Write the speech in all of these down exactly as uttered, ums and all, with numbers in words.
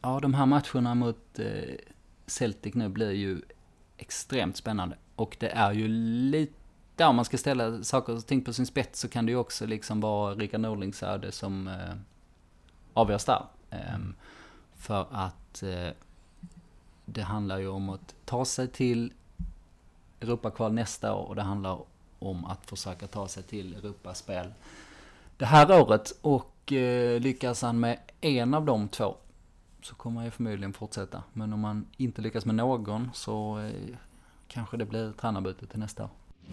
Ja, de här matcherna mot eh, Celtic nu blir ju extremt spännande. Och det är ju lite, ja, om man ska ställa saker och ting på sin spets så kan det ju också liksom vara Rickard Norlings öde som eh, avgörs där. Eh, Mm. för att eh, det handlar ju om att ta sig till Europakval nästa år och det handlar om att försöka ta sig till Europaspel det här året. Och eh, lyckas han med en av de två så kommer han ju förmodligen fortsätta. Men om man inte lyckas med någon så eh, kanske det blir tränarbyte till nästa år.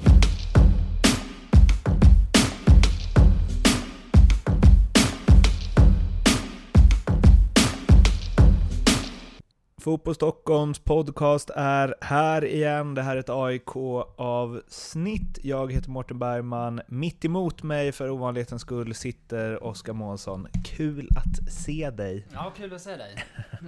Fotboll Stockholms podcast är här igen. Det här är ett A I K-avsnitt. Jag heter Mårten Bergman. Mitt emot mig för ovanlighetens skull sitter Oskar Månsson. Kul att se dig. Ja, kul att se dig.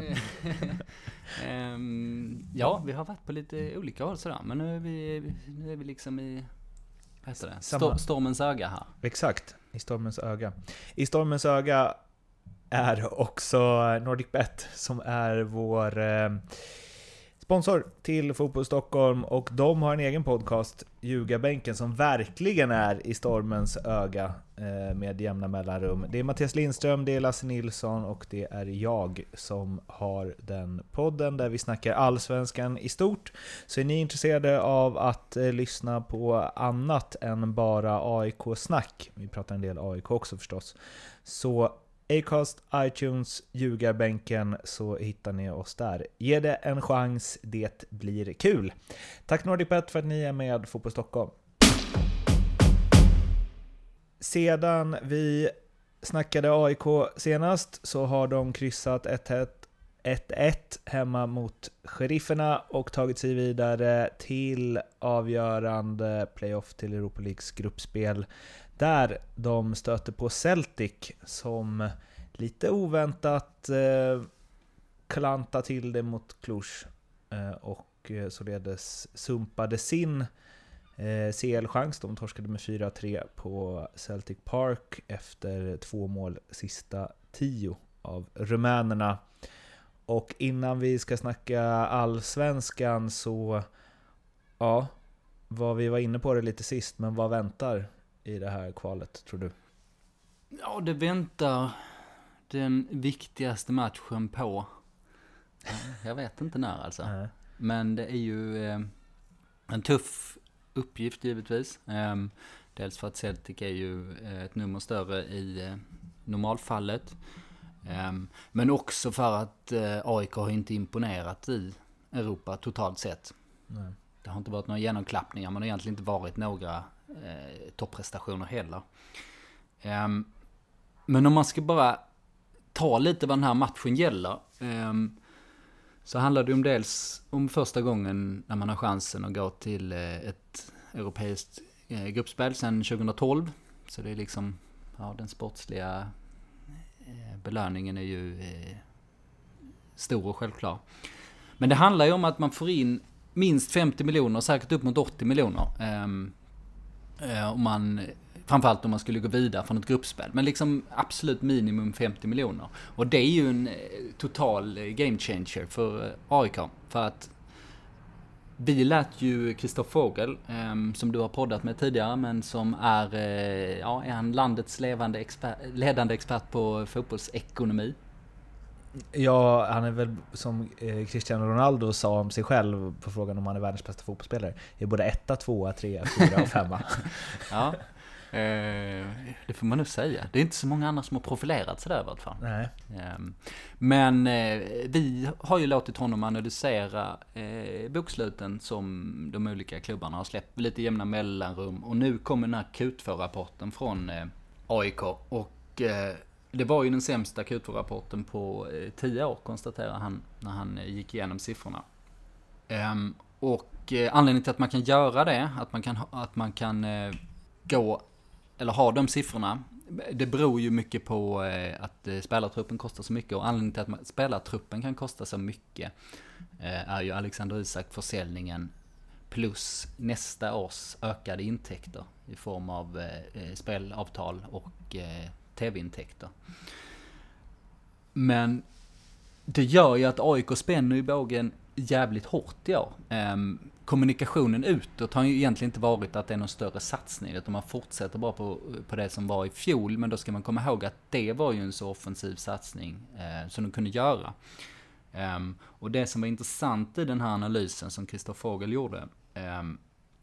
um, ja, vi har varit på lite olika håll sådär. Men nu är vi, nu är vi liksom i vad heter det? Stor, stormens öga här. Exakt, i stormens öga. I stormens öga är också NordicBet som är vår eh, sponsor till Fotboll Stockholm, och de har en egen podcast, Ljugarbänken, som verkligen är i stormens öga eh, med jämna mellanrum. Det är Mattias Lindström, det är Lasse Nilsson och det är jag som har den podden där vi snackar allsvenskan i stort. Så är ni intresserade av att eh, lyssna på annat än bara A I K-snack, vi pratar en del A I K också förstås, så Acast, iTunes, Ljugarbänken, så hittar ni oss där. Ge det en chans, det blir kul. Tack NordicBet för att ni är med Fotboll Stockholm. Sedan vi snackade A I K senast så har de kryssat ett ett hemma mot Sherifferna och tagit sig vidare till avgörande playoff till Europa Leagues gruppspel, där de stöter på Celtic som lite oväntat eh, klantade till det mot Cluj eh, och eh, således sumpade sin eh, C L-chans. De torskade med fyra tre på Celtic Park efter två mål sista tio av rumänerna. Och innan vi ska snacka allsvenskan så, ja, vad vi var inne på det lite sist, men vad väntar i det här kvalet, tror du? Ja, det väntar den viktigaste matchen på. Jag vet inte när alltså. Mm. Men det är ju eh, en tuff uppgift givetvis. Eh, dels för att Celtic är ju ett nummer större i eh, normalfallet. Eh, men också för att eh, A I K har inte imponerat i Europa totalt sett. Mm. Det har inte varit några genomklappningar, men det har egentligen inte varit några eh, topprestationer heller. Eh, men om man ska bara ta lite vad den här matchen gäller, eh, så handlar det om dels om första gången när man har chansen att gå till eh, ett europeiskt eh, gruppspel sedan tjugohundratolv. Så det är liksom, ja, den sportsliga eh, belöningen är ju eh, stor och självklar. Men det handlar ju om att man får in minst femtio miljoner, säkert upp mot åttio miljoner. Um, uh, om man, framförallt om man skulle gå vidare från ett gruppspel. Men liksom absolut minimum femtio miljoner. Och det är ju en uh, total uh, game changer för uh, A I K. För att vi lät ju Christoph Vogel, um, som du har poddat med tidigare, men som är, uh, ja, är han landets levande expert, ledande expert på fotbollsekonomi. Ja, han är väl, som Cristiano Ronaldo sa om sig själv på frågan om han är världens bästa fotbollsspelare, är både etta, tvåa, trea, fyra och femma. Ja, eh, det får man nu säga. Det är inte så många andra som har profilerat sig där i vart fall. Nej. Eh, men eh, vi har ju låtit honom analysera eh, boksluten som de olika klubbarna har släppt lite jämna mellanrum. Och nu kommer den här Q två-rapporten från eh, A I K. Och eh, det var ju den sämsta Q två-rapporten på eh, tio år, konstaterar han när han eh, gick igenom siffrorna. Um, och eh, anledningen till att man kan göra det, att man kan, att man kan eh, gå eller ha de siffrorna, det beror ju mycket på eh, att eh, spelartruppen kostar så mycket. Och anledningen till att man, spelartruppen kan kosta så mycket eh, är ju Alexander Isak-försäljningen plus nästa års ökade intäkter i form av eh, spelavtal och eh, tv-intäkter. Men det gör ju att A I K spänner i bågen jävligt hårt i år. Um, kommunikationen utåt har ju egentligen inte varit att det är någon större satsning, utan man fortsätter bara på, på det som var i fjol, men då ska man komma ihåg att det var ju en så offensiv satsning uh, som de kunde göra. Um, och det som var intressant i den här analysen som Christoph Fogel gjorde um,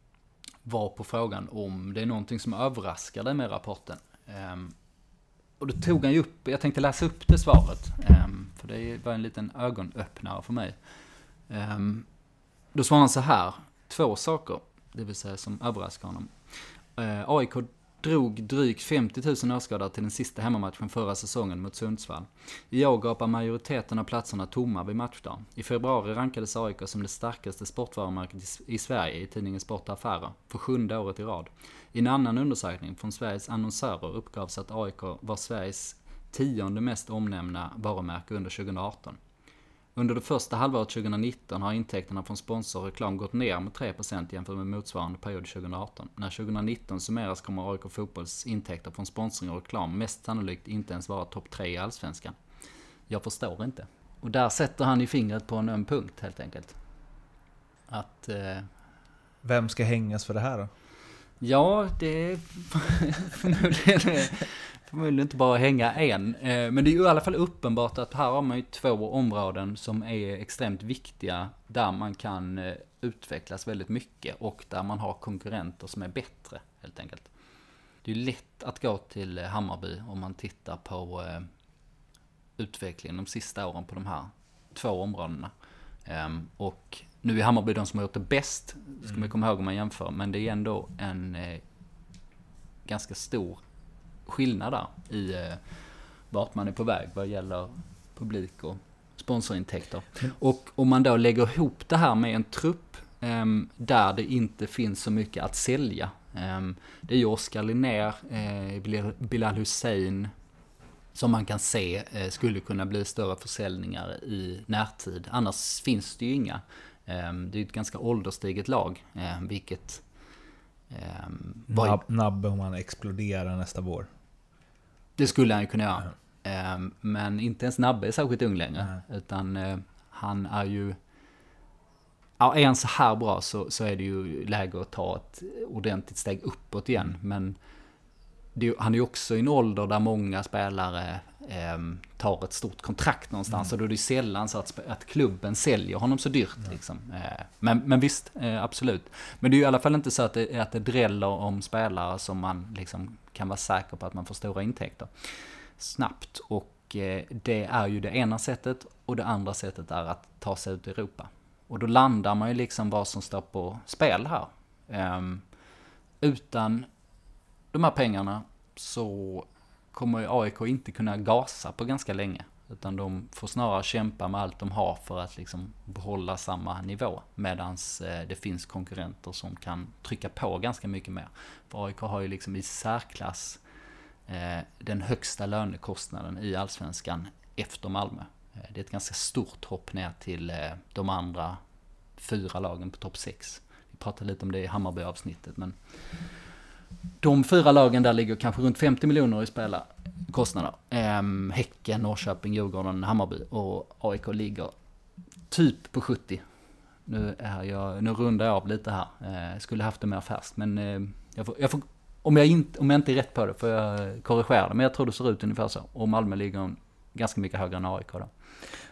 var på frågan om det är någonting som överraskar dig med rapporten. Um, och då tog han ju upp, jag tänkte läsa upp det svaret, um, för det var en liten ögonöppnare för mig. Um, då svarade han så här, två saker, det vill säga som överraskar honom. Uh, A I K drog drygt femtio tusen åskådare till den sista hemmamatchen förra säsongen mot Sundsvall. I år gapar majoriteten av platserna tomma vid matchdag. I februari rankades A I K som det starkaste sportvarumärket i Sverige i tidningen Sport och Affärer för sjunde året i rad. I en annan undersökning från Sveriges annonsörer uppgavs att A I K var Sveriges tionde mest omnämnda varumärke under tjugoarton. Under det första halvåret tjugonitton har intäkterna från sponsor och reklam gått ner med tre procent jämfört med motsvarande period tjugoarton. När tjugonitton summeras kommer A I K Fotbolls intäkter från sponsring och reklam mest sannolikt inte ens vara topp tre i Allsvenskan. Jag förstår inte. Och där sätter han i fingret på en öm punkt helt enkelt. Att... Eh... Vem ska hängas för det här då? Ja, det är förmodligen, förmodligen inte bara hänga en. Men det är ju i alla fall uppenbart att här har man ju två områden som är extremt viktiga. Där man kan utvecklas väldigt mycket och där man har konkurrenter som är bättre helt enkelt. Det är ju lätt att gå till Hammarby om man tittar på utvecklingen de sista åren på de här två områdena. Och nu är Hammarby de som har gjort det bäst, ska man komma ihåg om man jämför. Men det är ändå en eh, ganska stor skillnad där i eh, vart man är på väg vad gäller publik och sponsorintäkter. Mm. Och om man då lägger ihop det här med en trupp eh, där det inte finns så mycket att sälja. Eh, det är ju Oskar Linnér, eh, Bilal Hussein, som man kan se eh, skulle kunna bli större försäljningar i närtid. Annars finns det ju inga. Det är ett ganska ålderstiget lag, vilket... Var... Nabbe om han exploderar nästa vår. Det skulle han ju kunna göra. Mm. Men inte ens Nabbe är särskilt ung längre. Mm. Utan han är ju... Ja, är han så här bra så, så är det ju läge att ta ett ordentligt steg uppåt igen. Men det, han är ju också i en ålder där många spelare... tar ett stort kontrakt någonstans, mm. och då är det sällan så att, att klubben säljer honom så dyrt. Mm. Liksom. Men, men visst, absolut. Men det är ju i alla fall inte så att det, att det dräller om spelare som man liksom kan vara säker på att man får stora intäkter snabbt. Och det är ju det ena sättet, och det andra sättet är att ta sig ut i Europa. Och då landar man ju liksom vad som står på spel här. Utan de här pengarna så kommer A I K inte kunna gasa på ganska länge. Utan de får snarare kämpa med allt de har för att liksom behålla samma nivå. Medan det finns konkurrenter som kan trycka på ganska mycket mer. För A I K har ju liksom i särklass eh, den högsta lönekostnaden i Allsvenskan efter Malmö. Eh, det är ett ganska stort hopp ner till eh, de andra fyra lagen på topp sex. Vi pratade lite om det i Hammarby-avsnittet, men... De fyra lagen där ligger kanske runt femtio miljoner i spelarkostnader. Ehm, Häcken, Norrköping, Djurgården, Hammarby, och A I K ligger typ på sjuttio. Nu, är jag, nu rundar jag av lite här. Ehm, skulle haft det mer färskt, men eh, jag får, jag får, om, jag inte, om jag inte är rätt på det får jag korrigera det. Men jag tror det ser ut ungefär så. Och Malmö ligger ganska mycket högre än A I K då.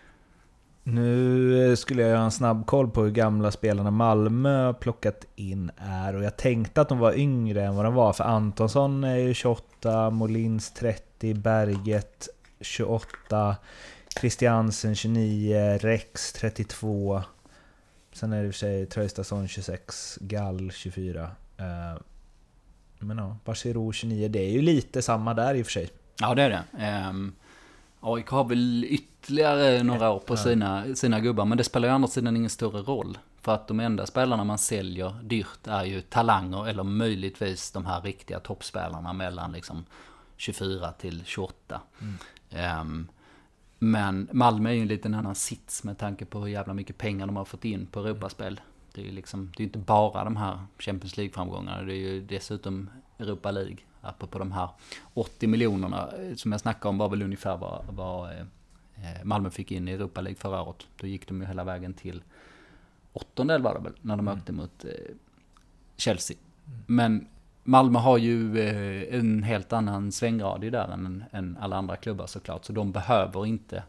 Nu skulle jag göra en snabb koll på hur gamla spelarna Malmö plockat in är. Och jag tänkte att de var yngre än vad de var. För Antonsson är ju tjugoåtta, Molins trettio, Berget tjugoåtta, Christiansen tjugonio, Rex trettiotvå. Sen är det i och för sig Tröjstason tjugosex, Gall tjugofyra. Men ja, Bachirou tjugonio, det är ju lite samma där i och för sig. Ja, det är det. Um... A I K har väl ytterligare några år på sina, sina gubbar, men det spelar ju andra sidan ingen större roll. För att de enda spelarna man säljer dyrt är ju talanger, eller möjligtvis de här riktiga toppspelarna mellan liksom tjugofyra till tjugoåtta. Mm. Um, men Malmö är ju en liten annan sits med tanke på hur jävla mycket pengar de har fått in på Europaspel. Det är ju liksom, det är inte bara de här Champions League-framgångarna, det är ju dessutom Europa League. Apropå de här åttio miljonerna som jag snackade om var väl ungefär vad, vad Eh, Malmö fick in i Europa League förra året. Då gick de ju hela vägen till åttondel var det väl, när de mm. åkte mot eh, Chelsea. Mm. Men Malmö har ju eh, en helt annan svängrad i där än, än alla andra klubbar såklart. Så de behöver inte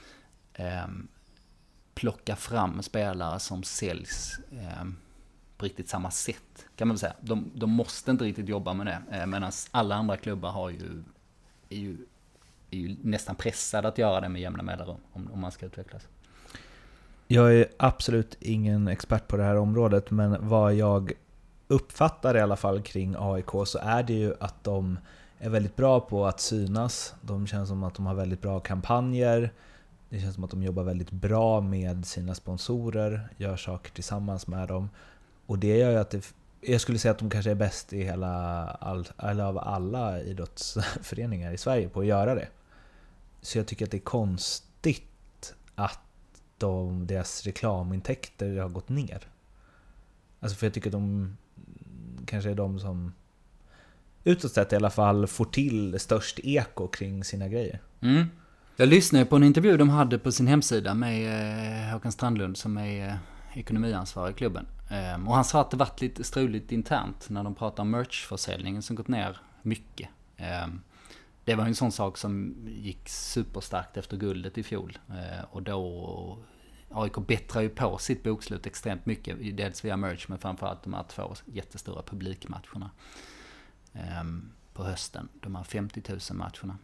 eh, plocka fram spelare som säljs eh, på riktigt samma sätt, kan man väl säga. De, de måste inte riktigt jobba med det. Eh, medan alla andra klubbar har ju, är, ju, är ju nästan pressade att göra det med jämna mellanrum om, om man ska utvecklas. Jag är absolut ingen expert på det här området, men vad jag uppfattar i alla fall kring A I K så är det ju att de är väldigt bra på att synas. De känns som att de har väldigt bra kampanjer. Det känns som att de jobbar väldigt bra med sina sponsorer, gör saker tillsammans med dem. Och det gör ju att det, jag skulle säga att de kanske är bäst i hela all, eller av alla idrottsföreningar i Sverige på att göra det. Så jag tycker att det är konstigt att de, deras reklamintäkter har gått ner. Alltså för jag tycker att de kanske är de som utåt sett i alla fall får till störst eko kring sina grejer. Mm. Jag lyssnade på en intervju de hade på sin hemsida med eh, Håkan Strandlund som är eh, ekonomiansvarig i klubben. Eh, och han sa att det varit lite struligt internt när de pratar om merchförsäljningen som gått ner mycket. Eh, det var en sån sak som gick superstarkt efter guldet i fjol. Eh, och då A I K bättrar ju på sitt bokslut extremt mycket. Dels via merch men framförallt de här två jättestora publikmatcherna eh, på hösten. De här femtio tusen matcherna.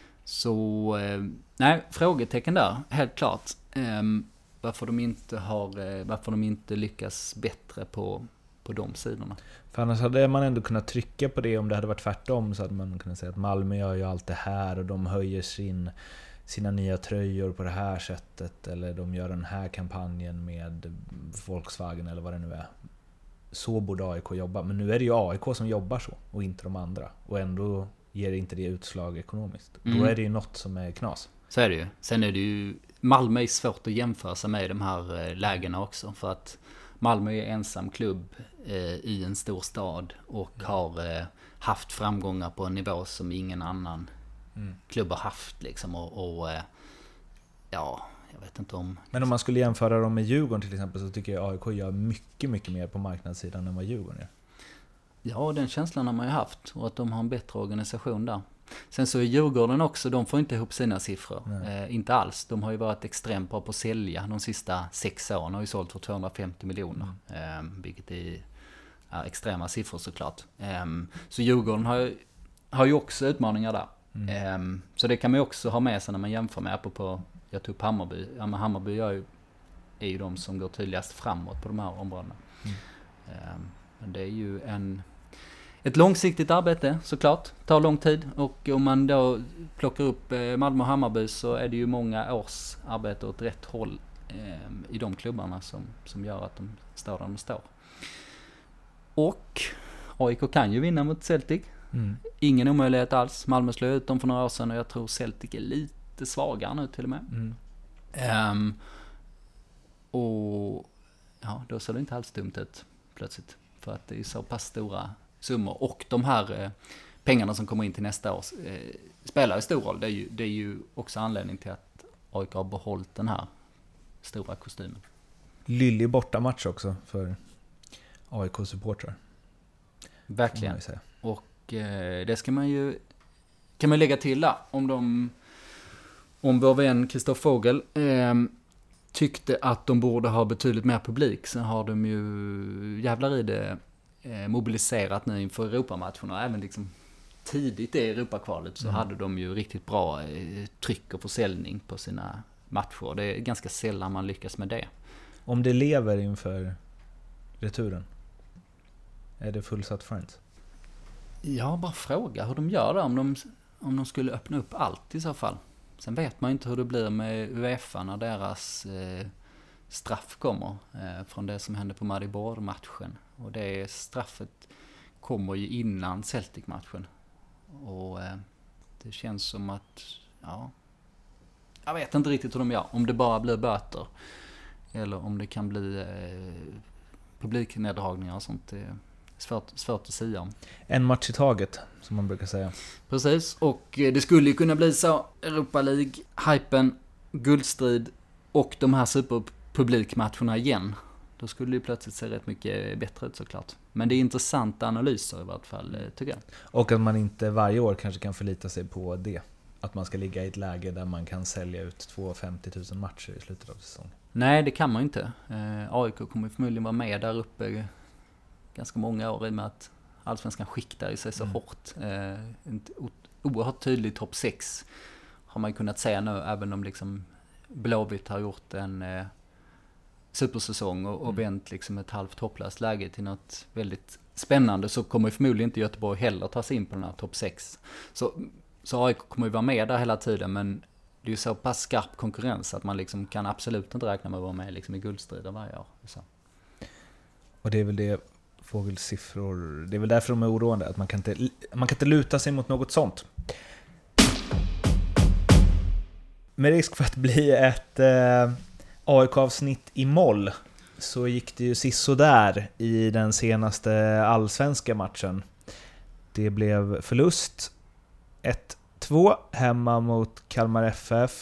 Så, eh, nej, frågetecken där, helt klart. Eh, varför de inte har, eh, varför de inte lyckas bättre på, på de sidorna. För annars hade man ändå kunnat trycka på det om det hade varit tvärtom, så hade man kunnat säga att Malmö gör ju allt det här och de höjer sin, sina nya tröjor på det här sättet, eller de gör den här kampanjen med Volkswagen eller vad det nu är. Så borde A I K jobba, men nu är det ju A I K som jobbar så och inte de andra, och ändå ger inte det utslag ekonomiskt. Mm. Då är det ju något som är knas. Så är det ju. Sen är det ju, Malmö är svårt att jämföra sig med de här lägena också, för att Malmö är ensam klubb eh, i en stor stad och mm. har eh, haft framgångar på en nivå som ingen annan mm. klubb har haft liksom, och, och eh, ja, jag vet inte om... Men om man skulle jämföra dem med Djurgården till exempel, så tycker jag A I K gör mycket, mycket mer på marknadssidan än vad Djurgården gör. Ja, den känslan har man ju haft, och att de har en bättre organisation där. Sen så är Djurgården också, de får inte ihop sina siffror. Eh, inte alls. De har ju varit extremt bra på att sälja de sista sex åren. Har ju sålt för tvåhundrafemtio miljoner. Mm. Eh, vilket är ja, extrema siffror såklart. Eh, så Djurgården har, har ju också utmaningar där. Mm. Eh, så det kan man ju också ha med sig när man jämför med på, jag tog upp Hammarby. Ja, men Hammarby är ju, är ju de som går tydligast framåt på de här områdena. Mm. Eh, men det är ju en... Ett långsiktigt arbete såklart, tar lång tid, och om man då plockar upp Malmö och Hammarby så är det ju många års arbete åt rätt håll eh, i de klubbarna som, som gör att de står där de står. Och A I K kan ju vinna mot Celtic. Mm. Ingen omöjlighet alls. Malmö slog ut dem för några år sedan och jag tror Celtic är lite svagare nu till och med. Mm. Um, och ja, då ser det inte alls dumt ut plötsligt. För att det är så pass stora summor. Och de här eh, pengarna som kommer in till nästa år eh, spelar en stor roll. Det är, ju, det är ju också anledning till att A I K har behållit den här stora kostymen. Lillig bortamatch också för A I K-supportrar. Verkligen. Och eh, det ska man ju kan man lägga till där. Om de om vår vän Kristoffer Fågel eh, tyckte att de borde ha betydligt mer publik, så har de ju jävlar i det eh, mobiliserat nu inför Europamatcherna, och även liksom tidigt i Europakvalet så mm. hade de ju riktigt bra eh, tryck och försäljning på sina matcher. Det är ganska sällan man lyckas med det. Om det lever inför returen, är det fullsatt Friends? Ja, bara fråga hur de gör det, om de, om de skulle öppna upp allt i så fall. Sen vet man inte hur det blir med UEFA när deras eh, straff kommer eh, från det som hände på Maribor-matchen. Och det straffet kommer ju innan Celtic-matchen. Och eh, det känns som att, ja, jag vet inte riktigt hur de gör. Om det bara blir böter eller om det kan bli eh, publikneddragningar och sånt. Det är svårt, svårt att säga om. En match i taget, som man brukar säga. Precis, och det skulle ju kunna bli så. Europa League, hypen guldstrid och de här superpublikmatcherna igen, då skulle det plötsligt se rätt mycket bättre ut såklart. Men det är intressanta analyser i vart fall, tycker jag. Och att man inte varje år kanske kan förlita sig på det. Att man ska ligga i ett läge där man kan sälja ut tvåhundrafemtio tusen matcher i slutet av säsongen. Nej, det kan man ju inte. Eh, A I K kommer förmodligen vara med där uppe ganska många år i och med att Allsvenskan skiktar i sig så mm. hårt. Eh, en oerhört tydlig topp sex har man kunnat säga nu, även om liksom Blåvitt har gjort en eh, supersäsong och, och mm. vänt liksom ett halvt hopplöst läge till något väldigt spännande, så kommer förmodligen inte Göteborg heller ta sig in på den här topp sex. Så, så A I K kommer ju vara med där hela tiden, men det är ju så pass skarp konkurrens att man liksom kan absolut inte räkna med att vara med liksom i guldstriden varje år. Så. Och det är väl det fågelsiffror, det är väl därför de är oroande, att man kan inte, man kan inte luta sig mot något sånt. Med risk för att bli ett eh, A I K-avsnitt i moll så gick det ju sisådär i den senaste allsvenska matchen. Det blev förlust ett två hemma mot Kalmar F F,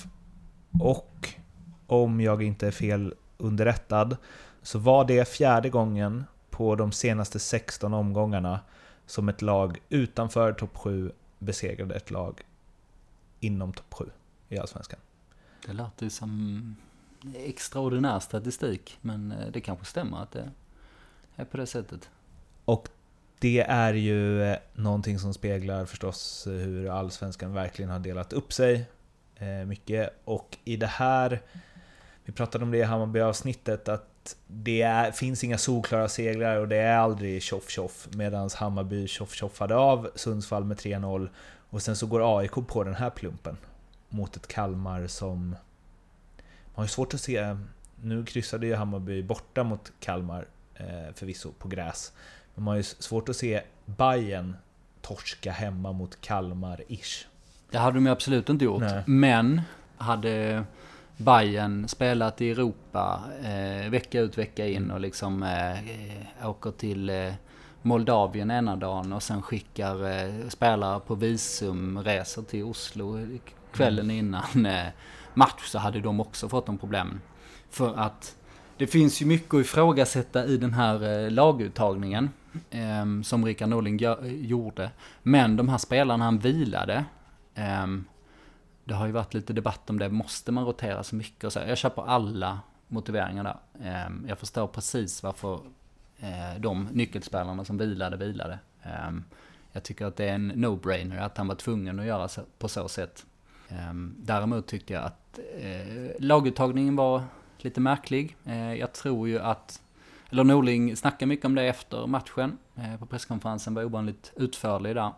och om jag inte är fel underrättad så var det fjärde gången på de senaste sexton omgångarna som ett lag utanför topp sju besegrade ett lag inom topp sju i Allsvenskan. Det låter ju som extraordinär statistik, men det kanske stämmer att det är på det sättet. Och det är ju någonting som speglar förstås hur Allsvenskan verkligen har delat upp sig mycket. Och i det här, vi pratade om det i Hammarby-avsnittet, att det är, finns inga solklara segrar och det är aldrig tjoff-tjoff, medan Hammarby tjoff-tjoffade av Sundsvall med tre noll. Och sen så går A I K på den här plumpen mot ett Kalmar som man har ju svårt att se. Nu kryssade ju Hammarby borta mot Kalmar förvisso på gräs. Men man har ju svårt att se Bayern torska hemma mot Kalmar-ish. Det hade de ju absolut inte gjort. Nej. Men hade Bayern spelat i Europa eh, vecka ut vecka in och liksom eh, åker till eh, Moldavien ena dagen och sen skickar eh, spelare på visumresor till Oslo kvällen mm. innan eh, match, så hade de också fått de problemen. För att det finns ju mycket att ifrågasätta i den här eh, laguttagningen eh, som Rickard Norling gjorde. Men de här spelarna han vilade, eh, det har ju varit lite debatt om det. Måste man rotera så mycket? Och så. Jag köper alla motiveringar där. Eh, jag förstår precis varför eh, de nyckelspelarna som vilade, vilade. Eh, jag tycker att det är en no-brainer att han var tvungen att göra så, på så sätt. Eh, däremot tyckte jag att eh, laguttagningen var lite märklig. Eh, jag tror ju att, eller Norling snackar mycket om det efter matchen. Eh, på presskonferensen var ovanligt utförlig där.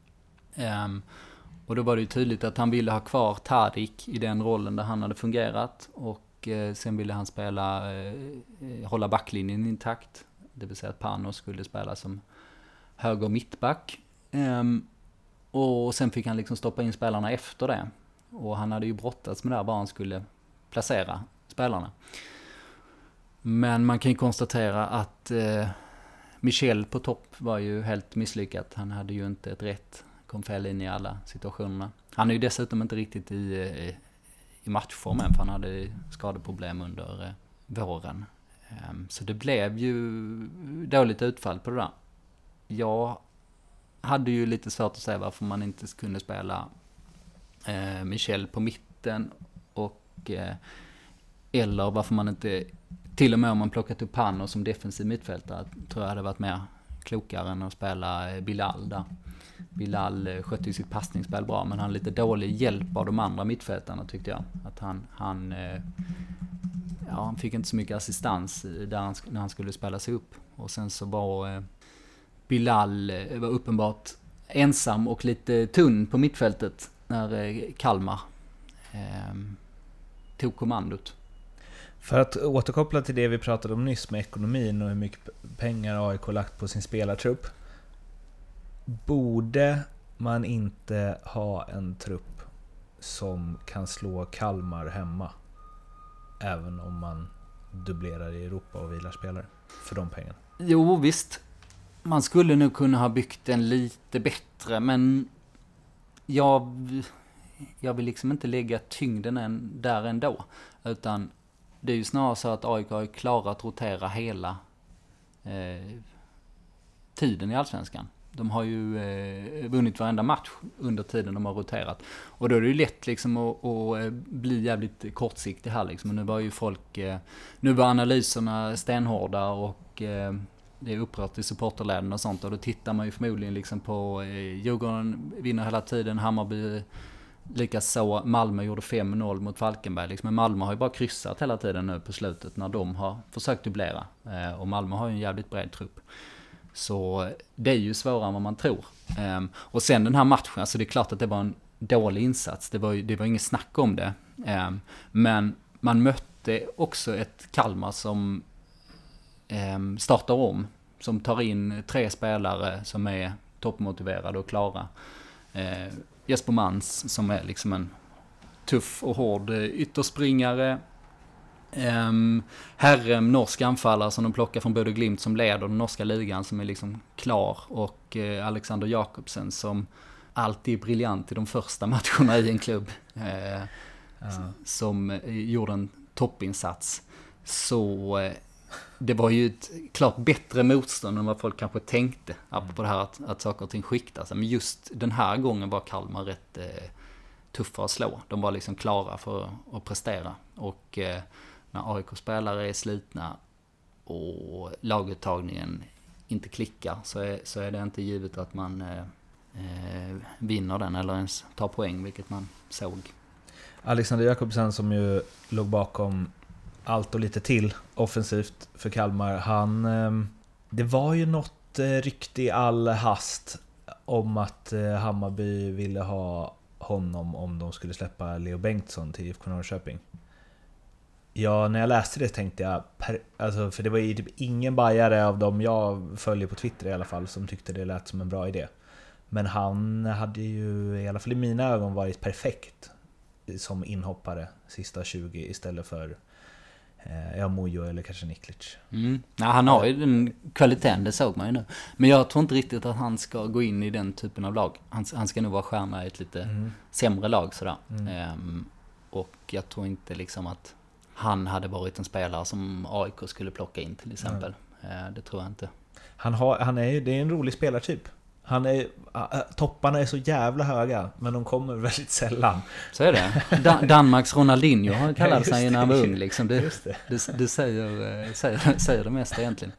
Eh, och då var det ju tydligt att han ville ha kvar Tadic i den rollen där han hade fungerat. Och eh, sen ville han spela, eh, hålla backlinjen intakt. Det vill säga att Panos skulle spela som höger mittback. Eh, och sen fick han liksom stoppa in spelarna efter det. Och han hade ju brottats med det var han skulle placera spelarna. Men man kan ju konstatera att eh, Michel på topp var ju helt misslyckat. Han hade ju inte ett rätt, kom fel in i alla situationerna. Han är ju dessutom inte riktigt i, i, i matchform än, för han hade skadeproblem under eh, våren. Um, så det blev ju dåligt utfall på det där. Jag hade ju lite svårt att säga varför man inte kunde spela eh, Michel på mitten och eh, eller varför man inte, till och med om man plockat upp Pano som defensiv mittfältare, tror jag hade varit mer klokare än att spela Bilal där. Bilal skötte ju sitt passningsspel bra, men han hade lite dålig hjälp av de andra mittfältarna tyckte jag. Att han, han, ja, han fick inte så mycket assistans där han, när han skulle spela sig upp. Och sen så var Bilal var uppenbart ensam och lite tunn på mittfältet när Kalmar eh, tog kommandot. För att återkoppla till det vi pratade om nyss med ekonomin och hur mycket pengar A I K lagt på sin spelartrupp. Borde man inte ha en trupp som kan slå Kalmar hemma? Även om man dubblerar i Europa och vilar spelare för de pengarna. Jo visst. Man skulle nog kunna ha byggt den lite bättre, men jag, jag vill liksom inte lägga tyngden än, där ändå. Utan det är ju snarare så att A I K har klarat att rotera hela eh, tiden i Allsvenskan. De har ju eh, vunnit varenda match under tiden de har roterat. Och då är det ju lätt liksom att, att bli jävligt kortsiktig här liksom. Och nu var ju folk, eh, nu var analyserna stenhårda och eh, det är upprört i supporterläden och sånt. Och då tittar man ju förmodligen liksom på eh, Djurgården vinner hela tiden, Hammarby likaså, Malmö gjorde fem noll mot Falkenberg. Liksom. Men Malmö har ju bara kryssat hela tiden nu på slutet när de har försökt dubblera. Eh, och Malmö har ju en jävligt bred trupp. Så det är ju svårare än vad man tror. Um, och sen den här matchen, alltså det är klart att det var en dålig insats. Det var, det var inget snack om det. Um, men man mötte också ett Kalmar som um, startar om. Som tar in tre spelare som är toppmotiverade och klara. Uh, Jesper Mans som är liksom en tuff och hård ytterspringare. Um, Herrem, norsk anfallare som de plockar från Bodø Glimt som leder den norska ligan som är liksom klar, och uh, Alexander Jakobsen som alltid är briljant i de första matcherna i en klubb uh, ja. som uh, gjorde en toppinsats. Så uh, det var ju ett klart bättre motstånd än vad folk kanske tänkte, apropå det här att, att saker och ting skiktas. Men just den här gången var Kalmar rätt uh, tuffa att slå. De var liksom klara för att, att prestera, och uh, när A I K-spelare är slitna och laguttagningen inte klickar, så är, så är det inte givet att man eh, eh, vinner den eller ens tar poäng, vilket man såg. Alexander Jakobsen som ju låg bakom allt och lite till offensivt för Kalmar, han, eh, det var ju något eh, rykte i all hast om att eh, Hammarby ville ha honom om de skulle släppa Leo Bengtsson till I F K Norrköping. Ja, när jag läste det tänkte jag, per, alltså, för det var ju typ ingen bajare av dem jag följer på Twitter i alla fall som tyckte det lät som en bra idé. Men han hade ju i alla fall i mina ögon varit perfekt som inhoppare sista tjugo istället för eh, ja, Mojo eller kanske Niklic. Mm. Ja, han har ju den kvaliteten, det såg man ju nu. Men jag tror inte riktigt att han ska gå in i den typen av lag. Han, han ska nog vara stjärna i ett lite mm. sämre lag sådär. Mm. Ehm, och jag tror inte liksom att han hade varit en spelare som A I K skulle plocka in till exempel. Mm. Det tror jag inte. Han, har, han är ju, det är en rolig spelartyp. Han är, topparna är så jävla höga, men de kommer väldigt sällan. Så är det. Dan- Danmarks Ronaldinho har kallat sig när han var ung. Liksom. Det, det. Det, det säger, säger, säger det mesta egentligen.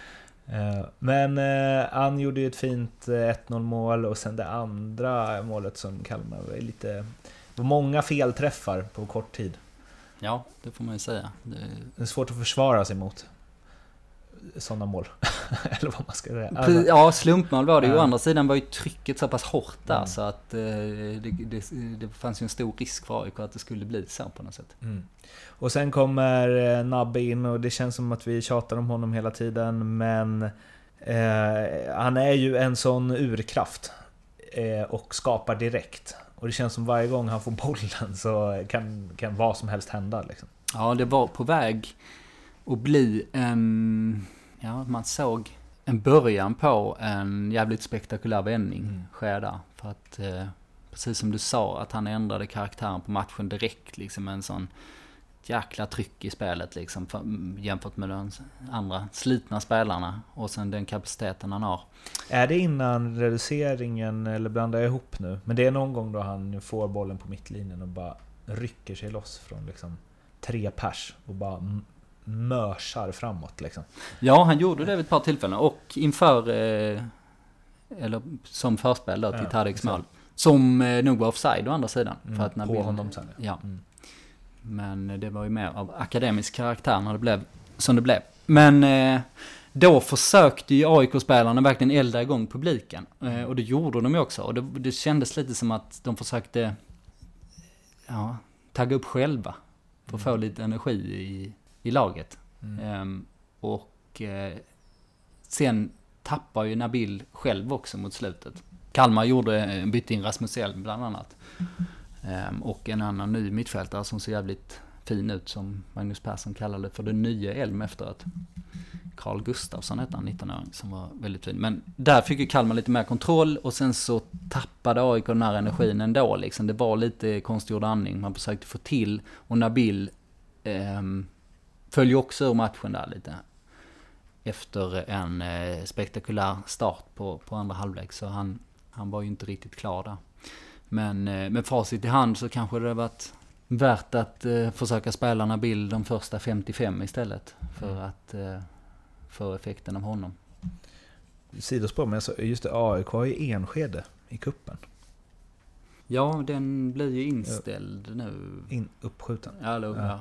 Men han gjorde ju ett fint ett noll mål, och sen det andra målet som Kalmar var lite... Det var många felträffar på kort tid. Ja, det får man ju säga. Det... det är svårt att försvara sig mot sådana mål. Eller vad man ska säga. Alltså... Ja, slumpmål var det ju. Å andra sidan var ju trycket så pass hårt där mm. så att eh, det, det, det fanns ju en stor risk för A I K att det skulle bli så på något sätt. Mm. Och sen kommer eh, Nabbe in, och det känns som att vi tjatar om honom hela tiden, men eh, han är ju en sån urkraft eh, och skapar direkt. Och det känns som varje gång han får bollen så kan, kan vad som helst hända. Liksom. Ja, det var på väg att bli en... Ja, man såg en början på en jävligt spektakulär vändning. Mm. Skäda. För att, eh, precis som du sa, att han ändrade karaktären på matchen direkt. Liksom en sån jäkla tryck i spelet liksom, för, jämfört med de andra slitna spelarna. Och sen den kapaciteten han har. Är det innan reduceringen, eller blandar jag ihop nu? Men det är någon gång då han får bollen på mittlinjen och bara rycker sig loss från liksom tre pers och bara m- mörsar framåt liksom. Ja, han gjorde det vid ett par tillfällen. Och inför eh, eller som förspel då till ja, Tadics mål. Som eh, nog var offside å andra sidan. Mm, för att när på bild, honom sen. Ja. Ja. Mm. Men det var ju mer av akademisk karaktär när det blev som det blev. Men eh, då försökte ju A I K-spelarna verkligen elda igång publiken. Eh, och det gjorde de ju också. Och det, det kändes lite som att de försökte ja, tagga upp själva. För att mm. få lite energi i, i laget. Mm. Eh, och eh, sen tappar ju Nabil själv också mot slutet. Kalmar gjorde bytte in Rasmus Elm bland annat. Um, och en annan ny mittfältare som ser jävligt fin ut, som Magnus Persson kallade för den nya Elm efter att Carl Gustafsson hette han, nittonåring, som var väldigt fin. Men där fick ju Kalmar lite mer kontroll, och sen så tappade tappade A I K den här energin ändå. Liksom. Det var lite konstgjord andning. Man försökte få till. Och Nabil eh, följer också ur matchen där lite. Efter en eh, spektakulär start på, på andra halvlek. Så han, han var ju inte riktigt klar där. Men eh, med facit i hand så kanske det har varit värt att eh, försöka spela Nabil de första femtiofem istället. För mm. att eh, få effekten av honom. Sidospår, men alltså, just det, A I K har ju Enskede i kuppen. Ja, den blir ju inställd ja. nu. In, uppskjuten. Ja, då, ja.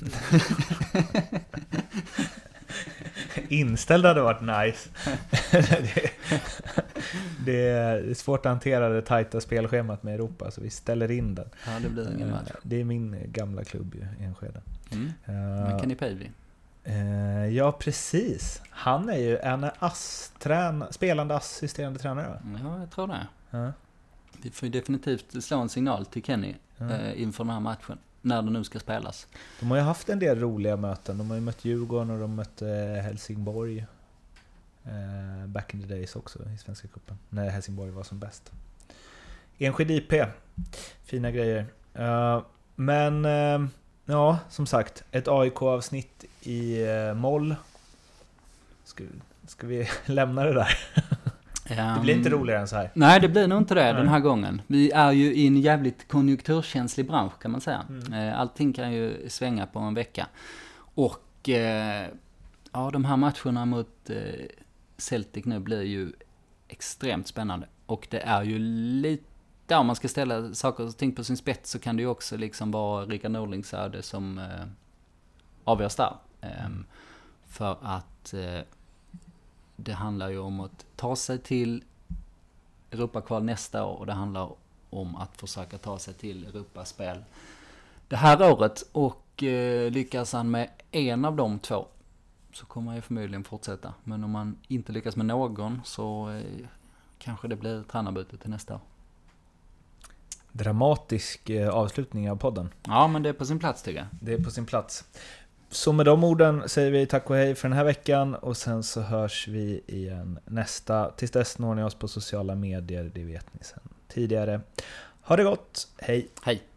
Inställd hade varit nice. det, det är svårt att hantera det tajta spelschemat med Europa, så vi ställer in den. Ja, det blir ingen match. Det är min gamla klubb ju, Enskede. Mm. Uh, Men Kenny Pavey. Uh, ja, precis. Han är ju en ass-trän- spelande assisterande tränare. Ja, jag tror det. Uh. Vi får ju definitivt slå en signal till Kenny uh. uh, inför den här matchen. När det nu ska spelas. De har ju haft en del roliga möten. De har ju mött Djurgården och de mötte Helsingborg. Uh, back in the days också i Svenska cupen. När Helsingborg var som bäst. Enskede I P. Fina grejer. Uh, men... Uh, Ja, som sagt, ett A I K-avsnitt i eh, moll. Ska, ska vi lämna det där? Um, det blir inte roligare än så här. Nej, det blir nog inte det den här gången. Vi är ju i en jävligt konjunkturkänslig bransch kan man säga. Mm. Allting kan ju svänga på en vecka. Och eh, ja, de här matcherna mot eh, Celtic nu blir ju extremt spännande. Och det är ju lite där om man ska ställa saker och ting på sin spets så kan det ju också liksom vara Rickard Norlings öde som eh, avgörs där. Eh, för att eh, det handlar ju om att ta sig till Europakval nästa år och det handlar om att försöka ta sig till Europaspel det här året. Och eh, lyckas han med en av de två så kommer han ju förmodligen fortsätta. Men om man inte lyckas med någon så eh, kanske det blir tränarbyte till nästa år. Dramatisk avslutning av podden. Ja, men det är på sin plats tycker jag. Det är på sin plats. Så med de orden säger vi tack och hej för den här veckan och sen så hörs vi igen nästa. Tills dess når ni oss på sociala medier, det vet ni sedan tidigare. Ha det gott, hej! Hej!